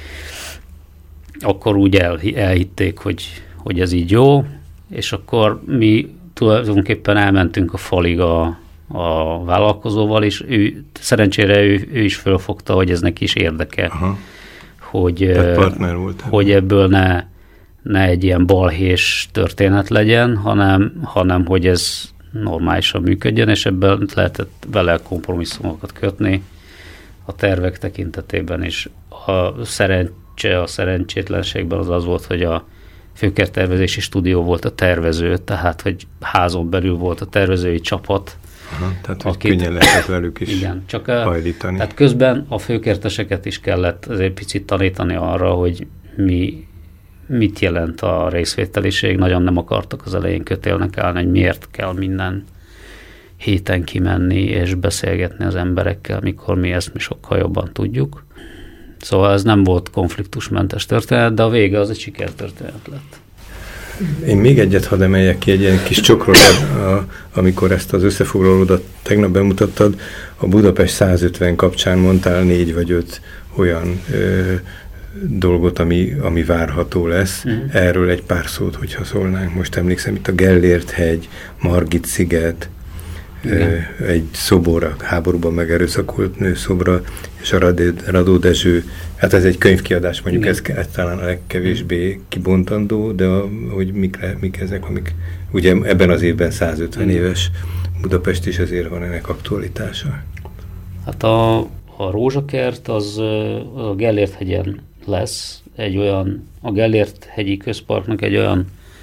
Akkor úgy el, elhitték, hogy, hogy ez így jó, és akkor mi tulajdonképpen elmentünk a falig a, a vállalkozóval, és ő, szerencsére ő, ő is fölfogta, hogy ez neki is érdeke, aha. hogy, partner volt, hogy ebből ne, ne egy ilyen balhés történet legyen, hanem, hanem hogy ez normálisan működjön, és ebben lehetett vele kompromisszumokat kötni a tervek tekintetében is. A szerencse, a szerencsétlenségben az az volt, hogy a főkerttervezési stúdió volt a tervező, tehát hogy házon belül volt a tervezői csapat. Aha, tehát hogy akit, könnyen lehetett velük is igen, csak hajlítani. Tehát közben a főkerteseket is kellett azért picit tanítani arra, hogy mi, mit jelent a részvételiség. Nagyon nem akartak az elején kötélnek állni, hogy miért kell minden héten kimenni és beszélgetni az emberekkel, mikor mi ezt mi sokkal jobban tudjuk. Szóval ez nem volt konfliktusmentes történet, de a vége az egy sikertörténet lett. Én még egyet hadd emeljek ki, egy ilyen kis csokrot, amikor ezt az összefoglalódat tegnap bemutattad, a Budapest száz ötven kapcsán mondtál négy vagy öt olyan ö, dolgot, ami, ami várható lesz. Mm. Erről egy pár szót, hogyha szólnánk. Most emlékszem, itt a Gellért-hegy, Margit-sziget, egy szobor, a háborúban megerőszakolt nő szobra, és a Radó Dezső, hát ez egy könyvkiadás, mondjuk ez, ez talán a legkevésbé kibontandó, de a, hogy mik, mik ezek, amik ugye ebben az évben száz ötven éves Budapest is, azért van ennek aktualitása. Hát a, a Rózsakert az a Gellért-hegyen lesz, egy olyan, a Gellért-hegyi közparknak egy olyan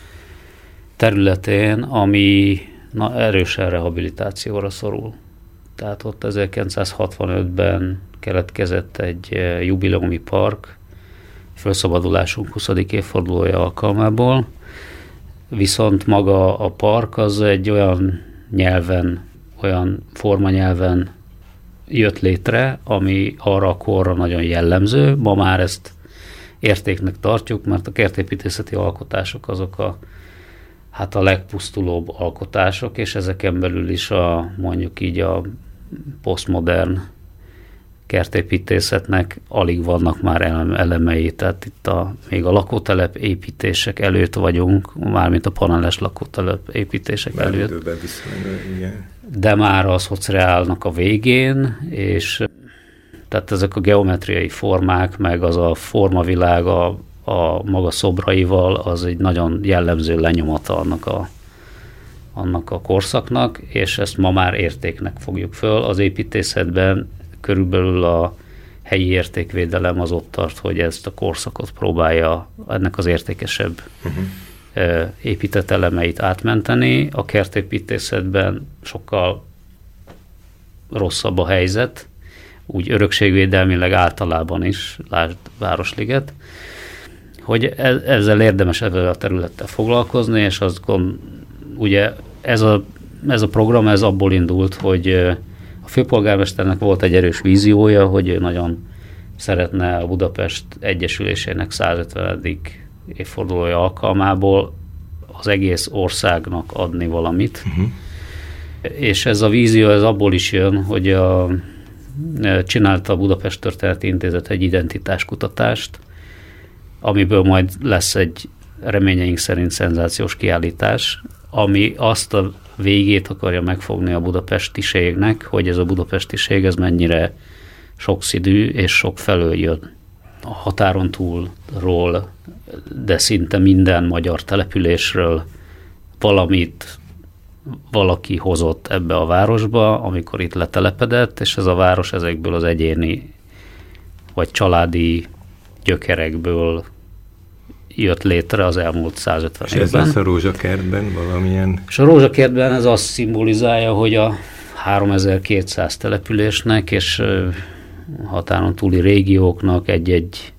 területén, ami na, erősen rehabilitációra szorul. Tehát ott ezerkilencszázhatvanötben keletkezett egy jubileumi park, felszabadulásunk huszadik évfordulója alkalmából, viszont maga a park az egy olyan nyelven, olyan formanyelven jött létre, ami arra a korra nagyon jellemző. Ma már ezt értéknek tartjuk, mert a kertépítészeti alkotások azok a hát a legpusztulóbb alkotások, és ezeken belül is a, mondjuk így a posztmodern kertépítészetnek alig vannak már elemei, tehát itt a, még a lakótelep építések előtt vagyunk, mármint a paneles lakótelep építések Bár előtt. Viszont, igen. de már a szociálnak a végén, és tehát ezek a geometriai formák, meg az a formavilág a, a maga szobraival, az egy nagyon jellemző lenyomata annak a, annak a korszaknak, és ezt ma már értéknek fogjuk föl. Az építészetben körülbelül a helyi értékvédelem az ott tart, hogy ezt a korszakot próbálja ennek az értékesebb uh-huh. épített elemeit átmenteni. A kertépítészetben sokkal rosszabb a helyzet, úgy örökségvédelmileg általában is, lásd Városliget, hogy ezzel érdemes ezzel a területtel foglalkozni, és azt gond, ugye ez a, ez a program ez abból indult, hogy a főpolgármesternek volt egy erős víziója, hogy ő nagyon szeretne a Budapest Egyesülésének százötvenedik évfordulója alkalmából az egész országnak adni valamit. Uh-huh. És ez a vízió ez abból is jön, hogy a, csinálta a Budapest Történeti Intézet egy identitáskutatást, amiből majd lesz egy reményeink szerint szenzációs kiállítás, ami azt a végét akarja megfogni a budapestiségnek, hogy ez a budapestiség ez mennyire sokszínű és sok felől jön. A határon túlról, de szinte minden magyar településről valamit valaki hozott ebbe a városba, amikor itt letelepedett, és ez a város ezekből az egyéni vagy családi gyökerekből jött létre az elmúlt százötven és évben. És ez lesz a rózsakertben valamilyen? És a rózsakertben ez azt szimbolizálja, hogy a háromezer-kétszáz településnek és határon túli régióknak egy-egy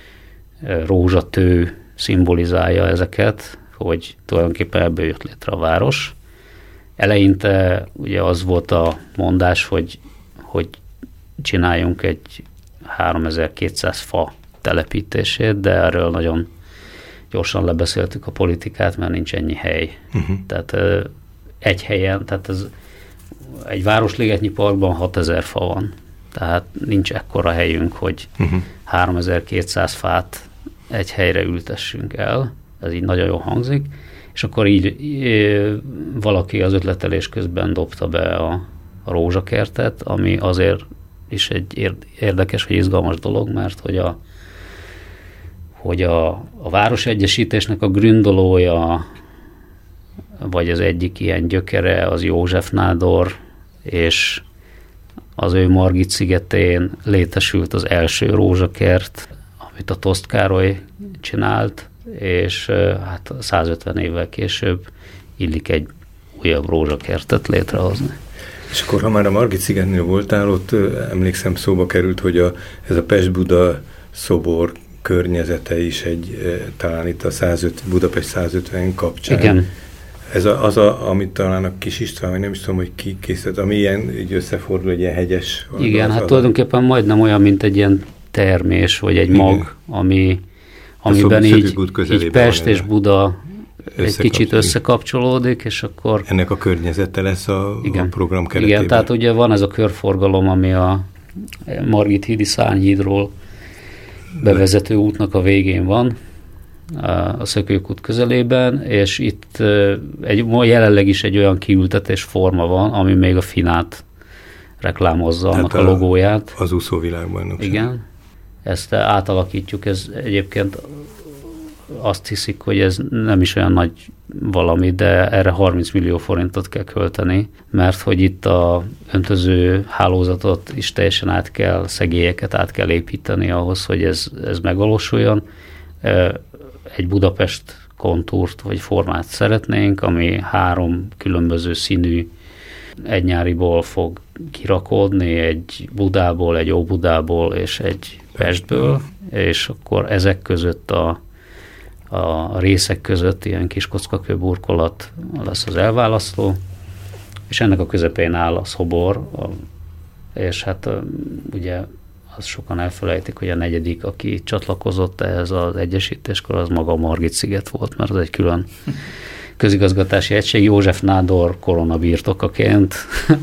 rózsatő szimbolizálja ezeket, hogy tulajdonképpen ebből jött létre a város. Eleinte ugye az volt a mondás, hogy, hogy csináljunk egy háromezer-kétszáz fa telepítését, de erről nagyon gyorsan lebeszéltük a politikát, mert nincs ennyi hely. Uh-huh. Tehát egy helyen, tehát ez egy Városligetnyi parkban hatezer fa van. Tehát nincs ekkora helyünk, hogy uh-huh. háromezer-kétszáz fát egy helyre ültessünk el. Ez így nagyon jól hangzik. És akkor így valaki az ötletelés közben dobta be a, a rózsakertet, ami azért is egy érdekes, vagy izgalmas dolog, mert hogy a hogy a, a városegyesítésnek a gründolója, vagy az egyik ilyen gyökere, az József Nádor, és az ő Margit szigetén létesült az első rózsakert, amit a Toszt Károly csinált, és hát százötven évvel később illik egy újabb rózsakertet létrehozni. És akkor, ha már a Margit szigetnél voltál, ott emlékszem szóba került, hogy a, ez a Pest-Buda szobor környezete is egy, talán itt a százötven, Budapest százötven kapcsán. Igen. Ez a, az, a, amit talán a Kis István, vagy nem is tudom, hogy ki készített, ami ilyen így összefordul, egy ilyen hegyes. Igen, az, hát az tulajdonképpen majdnem olyan, mint egy ilyen termés, vagy egy mag, igen. ami, amiben így, így Pest és Buda egy kicsit összekapcsolódik, és akkor... Ennek a környezete lesz a, a program keretében. Igen, tehát ugye van ez a körforgalom, ami a Margit hídi Szárnyhídról bevezető útnak a végén van, a Szökőkút közelében, és itt egy, jelenleg is egy olyan kiültetés forma van, ami még a Finát reklámozza, hát annak a, a logóját. Az úszóvilágban. Igen. Ezt átalakítjuk, ez egyébként azt hiszik, hogy ez nem is olyan nagy valami, de erre harminc millió forintot kell költeni, mert hogy itt a öntöző hálózatot is teljesen át kell, szegélyeket át kell építeni ahhoz, hogy ez, ez megvalósuljon. Egy Budapest kontúrt vagy formát szeretnénk, ami három különböző színű egynyáriból fog kirakódni, egy Budából, egy Óbudából és egy Pestből, és akkor ezek között a a részek között ilyen kis kockakő burkolat lesz az elválasztó, és ennek a közepén áll a szobor, és hát ugye azt sokan elfelejtik, hogy a negyedik, aki csatlakozott ehhez az egyesítéskor, az maga a Margit sziget volt, mert az egy külön közigazgatási egység, József Nádor korona birtokaként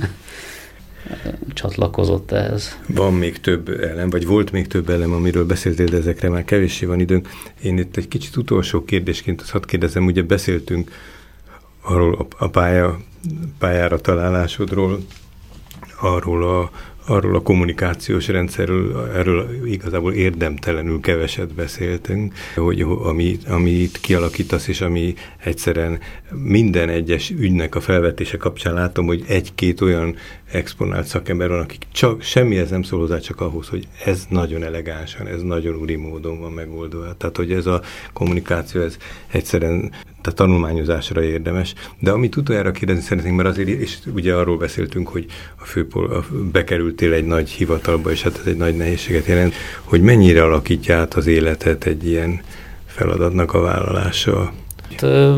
csatlakozott ehhez. Van még több elem, vagy volt még több elem, amiről beszéltél, de ezekre már kevéssé van időnk. Én itt egy kicsit utolsó kérdésként azt hadd kérdezem, ugye beszéltünk arról a pálya pályára találásodról, arról a, arról a kommunikációs rendszerről, erről igazából érdemtelenül keveset beszéltünk, hogy ami, ami itt kialakítasz, és ami egyszerűen minden egyes ügynek a felvetése kapcsán látom, hogy egy-két olyan exponált szakember van, akik csak semmihez nem szól hozzá, csak ahhoz, hogy ez nagyon elegánsan, ez nagyon úri módon van megoldva. Tehát, hogy ez a kommunikáció, ez egyszerűen a tanulmányozásra érdemes. De amit utoljára kérdezni szeretnénk, mert azért, és ugye arról beszéltünk, hogy a főpol, bekerültél egy nagy hivatalba, és hát ez egy nagy nehézséget jelent, hogy mennyire alakítja át az életet egy ilyen feladatnak a vállalása? Hát, ö,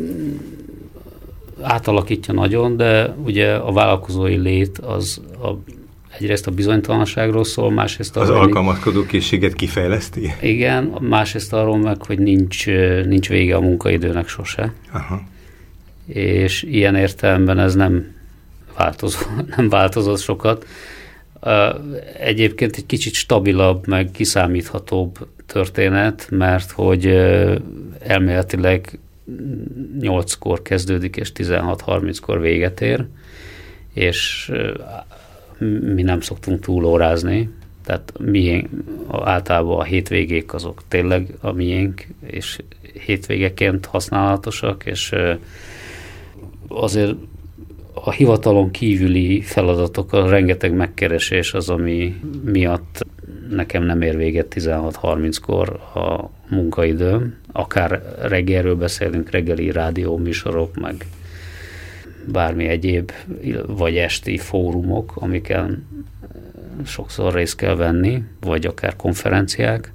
átalakítja nagyon, de ugye a vállalkozói lét az a, egyrészt a bizonytalanságról szól, másrészt az arról, alkalmazkodó készséget kifejleszti? Igen, másrészt arról meg, hogy nincs, nincs vége a munkaidőnek sose. Aha. És ilyen értelemben ez nem változó, nem változott sokat. Egyébként egy kicsit stabilabb, meg kiszámíthatóbb történet, mert hogy elméletileg nyolckor kezdődik, és tizenhat harminckor véget ér, és mi nem szoktunk túlórázni, tehát miénk, általában a hétvégék azok tényleg a miénk, és hétvégeként használatosak, és azért a hivatalon kívüli feladatok, a rengeteg megkeresés az, ami miatt nekem nem ér véget tizenhat harminckor a munkaidőm. Akár reggelről beszélünk, reggeli rádió műsorok, meg bármi egyéb, vagy esti fórumok, amiken sokszor részt kell venni, vagy akár konferenciák.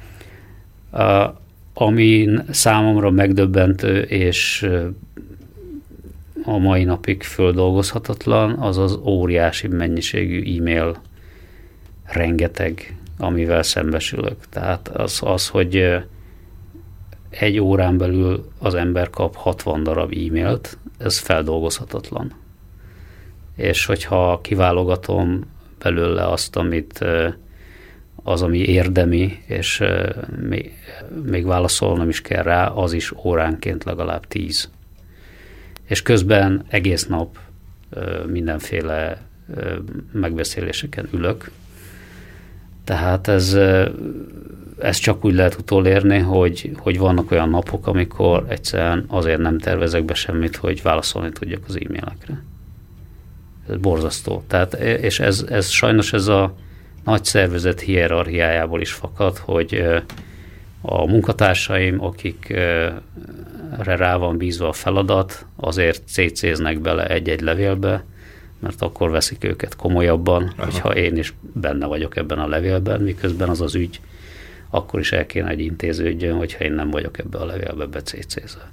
Ami számomra megdöbbentő, és a mai napig földolgozhatatlan, az az óriási mennyiségű e-mail, rengeteg, amivel szembesülök. Tehát az, az, hogy egy órán belül az ember kap hatvan darab e-mailt, ez feldolgozhatatlan. És hogyha kiválogatom belőle azt, amit az, ami érdemi, és még, még válaszolnom is kell rá, az is óránként legalább tíz. És közben egész nap mindenféle megbeszéléseken ülök. Tehát ez, ez csak úgy lehet utolérni, hogy, hogy vannak olyan napok, amikor egyszerűen azért nem tervezek be semmit, hogy válaszolni tudjak az e-mailekre. Ez borzasztó. Tehát, és ez, ez sajnos ez a nagy szervezet hierarchiájából is fakad, hogy a munkatársaim, akikre rá van bízva a feladat, azért cécéznek bele egy-egy levélbe, mert akkor veszik őket komolyabban, aha, hogyha én is benne vagyok ebben a levélben, miközben az az ügy akkor is el kéne, hogy intéződjön, hogyha én nem vagyok ebbe a levélbe becécézve.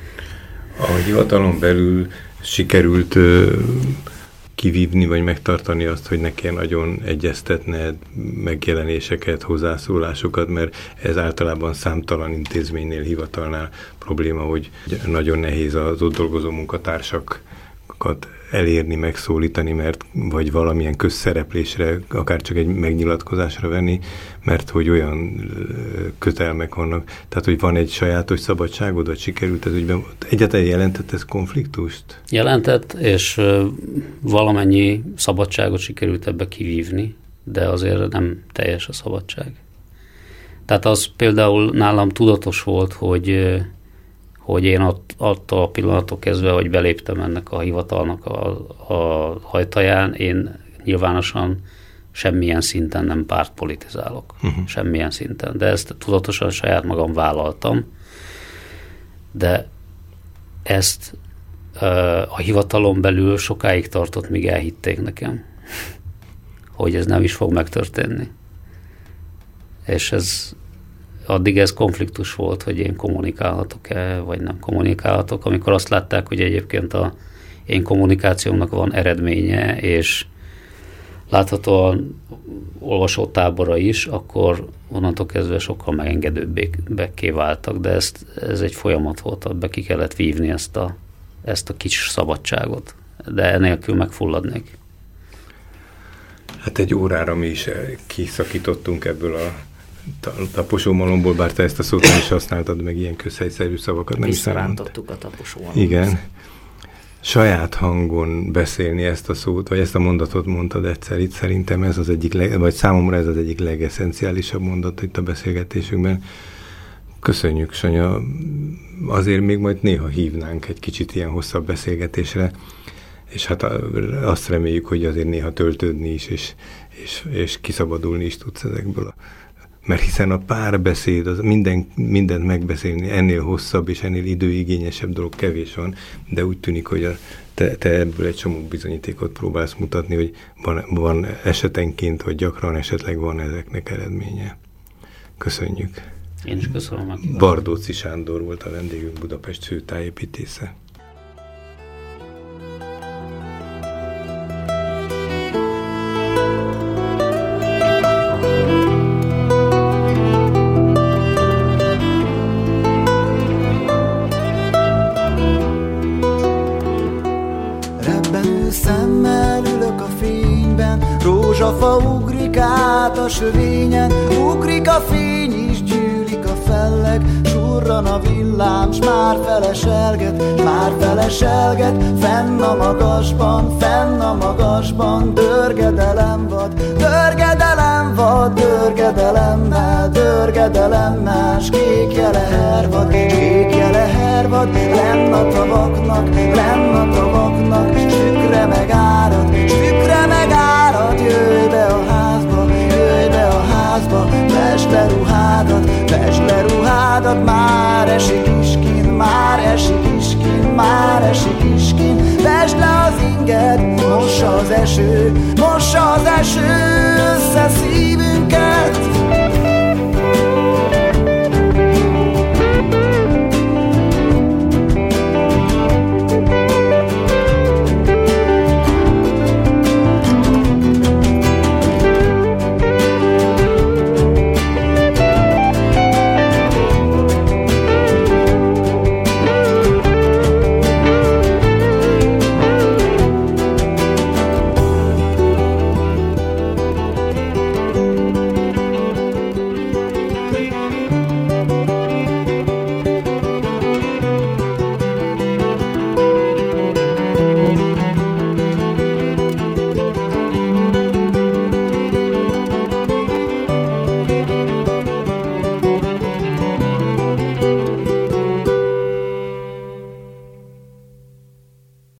A hivatalon belül sikerült ö, kivívni, vagy megtartani azt, hogy ne kell nagyon egyeztetned megjelenéseket, hozzászólásokat, mert ez általában számtalan intézménynél, hivatalnál probléma, hogy nagyon nehéz az ott dolgozó munkatársakat elérni, megszólítani, mert vagy valamilyen közszereplésre, akár csak egy megnyilatkozásra venni, mert hogy olyan kötelmek vannak. Tehát, hogy van egy sajátos szabadságod, vagy sikerült ez ügyben. Egyáltalán jelentett ez konfliktust? Jelentett, és valamennyi szabadságot sikerült ebbe kivívni, de azért nem teljes a szabadság. Tehát az például nálam tudatos volt, hogy hogy én ott, attól a pillanatok kezdve, hogy beléptem ennek a hivatalnak a, a hajtaján, én nyilvánosan semmilyen szinten nem pártpolitizálok. Uh-huh. Semmilyen szinten. De ezt tudatosan saját magam vállaltam. De ezt a hivatalon belül sokáig tartott, míg elhitték nekem, hogy ez nem is fog megtörténni. És ez addig ez konfliktus volt, hogy én kommunikálhatok-e, vagy nem kommunikálhatok. Amikor azt látták, hogy egyébként a én kommunikációmnak van eredménye, és láthatóan olvasótábora is, akkor onnantól kezdve sokkal megengedőbbekké váltak, de ezt, ez egy folyamat volt, be ki kellett vívni ezt a, ezt a kis szabadságot, de enélkül megfulladnék. Hát egy órára mi is kiszakítottunk ebből a taposómalomból, bár te ezt a szót nem is használtad, meg ilyen közhelyszerű szavakat nem is visszarántottuk a taposómalomból. Igen. saját hangon beszélni ezt a szót, vagy ezt a mondatot mondtad egyszer itt, szerintem ez az egyik, leg, vagy számomra ez az egyik legesszenciálisabb mondat itt a beszélgetésünkben. Köszönjük, Sanya. Azért még majd néha hívnánk egy kicsit ilyen hosszabb beszélgetésre, és hát azt reméljük, hogy azért néha töltődni is, és, és, és kiszabadulni is tudsz ezekből. Mert hiszen a párbeszéd, az minden, mindent megbeszélni, ennél hosszabb és ennél időigényesebb dolog kevés van, de úgy tűnik, hogy a, te, te ebből egy csomó bizonyítékot próbálsz mutatni, hogy van, van esetenként, vagy gyakran esetleg van ezeknek eredménye. Köszönjük. Én is köszönöm. Bardóczy Sándor volt a vendégünk, Budapest főtájépítésze. Rebbenő szemmel ülök a fényben, rózsafa ugrik át a sövényen, ugrik a fény is, gyűlik a felleg, surran a villám, s már feleselget, s már feleselget, fenn a magasban, fenn a magasban, dörgedelem vad, dörgedelem vad, dörgedelemmel, dörgedelemmel, s kékje lehervad, kékje lehervad, lenn a tavaknak, lenn a tavaknak, sükre megárad, sükre megárad, jöjj be a házba, jöjj be a házba, vesd le ruhádat, vesd le ruhádat, már esik iskin, már esik iskin, már esik iskin, vesd le az inged, mossa az eső, mossa az eső,